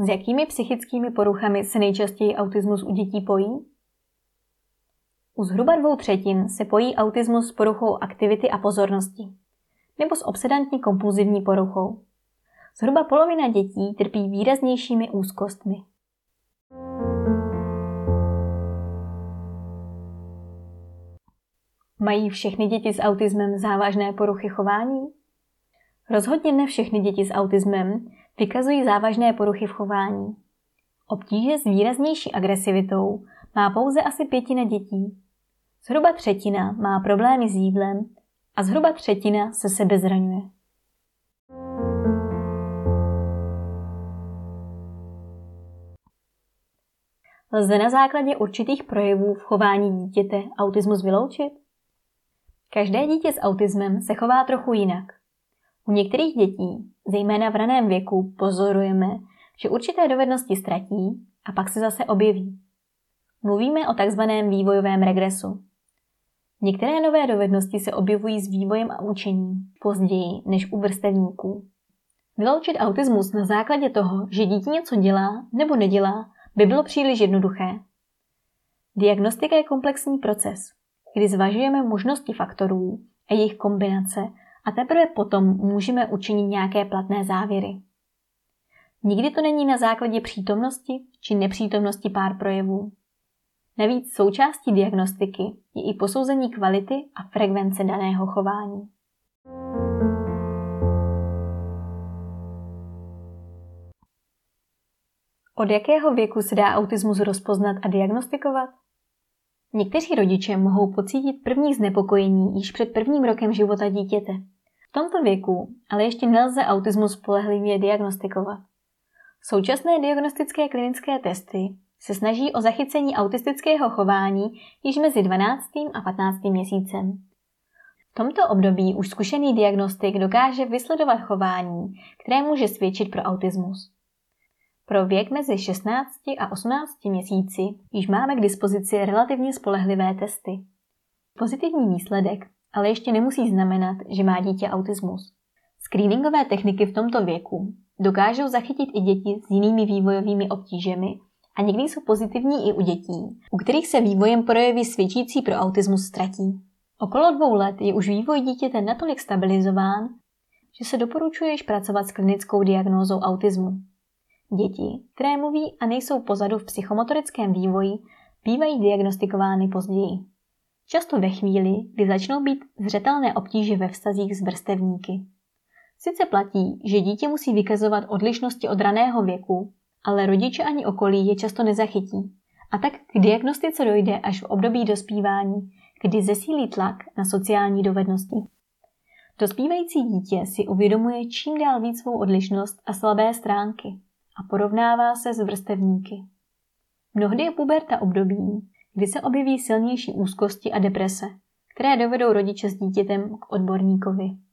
S jakými psychickými poruchami se nejčastěji autismus u dětí pojí? U zhruba 2/3 se pojí autismus s poruchou aktivity a pozornosti, nebo s obsedantní kompulzivní poruchou. Zhruba polovina dětí trpí výraznějšími úzkostmi. Mají všechny děti s autismem závažné poruchy chování? Rozhodně ne všechny děti s autismem vykazují závažné poruchy v chování. Obtíže s výraznější agresivitou má pouze asi 1/5 dětí. Zhruba 1/3 má problémy s jídlem a zhruba 1/3 se sebezraňuje. Lze na základě určitých projevů v chování dítěte autismus vyloučit? Každé dítě s autismem se chová trochu jinak. U některých dětí, zejména v raném věku, pozorujeme, že určité dovednosti ztratí a pak se zase objeví. Mluvíme o takzvaném vývojovém regresu. Některé nové dovednosti se objevují s vývojem a učením později než u vrstevníků. Vyloučit autismus na základě toho, že dítě něco dělá nebo nedělá, by bylo příliš jednoduché. Diagnostika je komplexní proces, kdy zvažujeme možnosti faktorů a jejich kombinace a teprve potom můžeme učinit nějaké platné závěry. Nikdy to není na základě přítomnosti či nepřítomnosti pár projevů. Navíc součástí diagnostiky je i posouzení kvality a frekvence daného chování. Od jakého věku se dá autismus rozpoznat a diagnostikovat? Někteří rodiče mohou pocítit první znepokojení již před prvním rokem života dítěte. V tomto věku ale ještě nelze autismus spolehlivě diagnostikovat. Současné diagnostické klinické testy se snaží o zachycení autistického chování již mezi 12. a 15. měsícem. V tomto období už zkušený diagnostik dokáže vysledovat chování, které může svědčit pro autismus. Pro věk mezi 16 a 18 měsíci již máme k dispozici relativně spolehlivé testy. Pozitivní výsledek ale ještě nemusí znamenat, že má dítě autismus. Screeningové techniky v tomto věku dokážou zachytit i děti s jinými vývojovými obtížemi a někdy jsou pozitivní i u dětí, u kterých se vývojem projeví svědčící pro autismus ztratí. Okolo 2 let je už vývoj dítěte natolik stabilizován, že se doporučuje již pracovat s klinickou diagnózou autismu. Děti, které mluví a nejsou pozadu v psychomotorickém vývoji, bývají diagnostikovány později. Často ve chvíli, kdy začnou být zřetelné obtíže ve vztazích s vrstevníky. Sice platí, že dítě musí vykazovat odlišnosti od raného věku, ale rodiče ani okolí je často nezachytí. A tak k diagnostice dojde až v období dospívání, kdy zesílí tlak na sociální dovednosti. Dospívající dítě si uvědomuje čím dál víc svou odlišnost a slabé stránky a porovnává se s vrstevníky. Mnohdy je puberta období, kdy se objeví silnější úzkosti a deprese, které dovedou rodiče s dítětem k odborníkovi.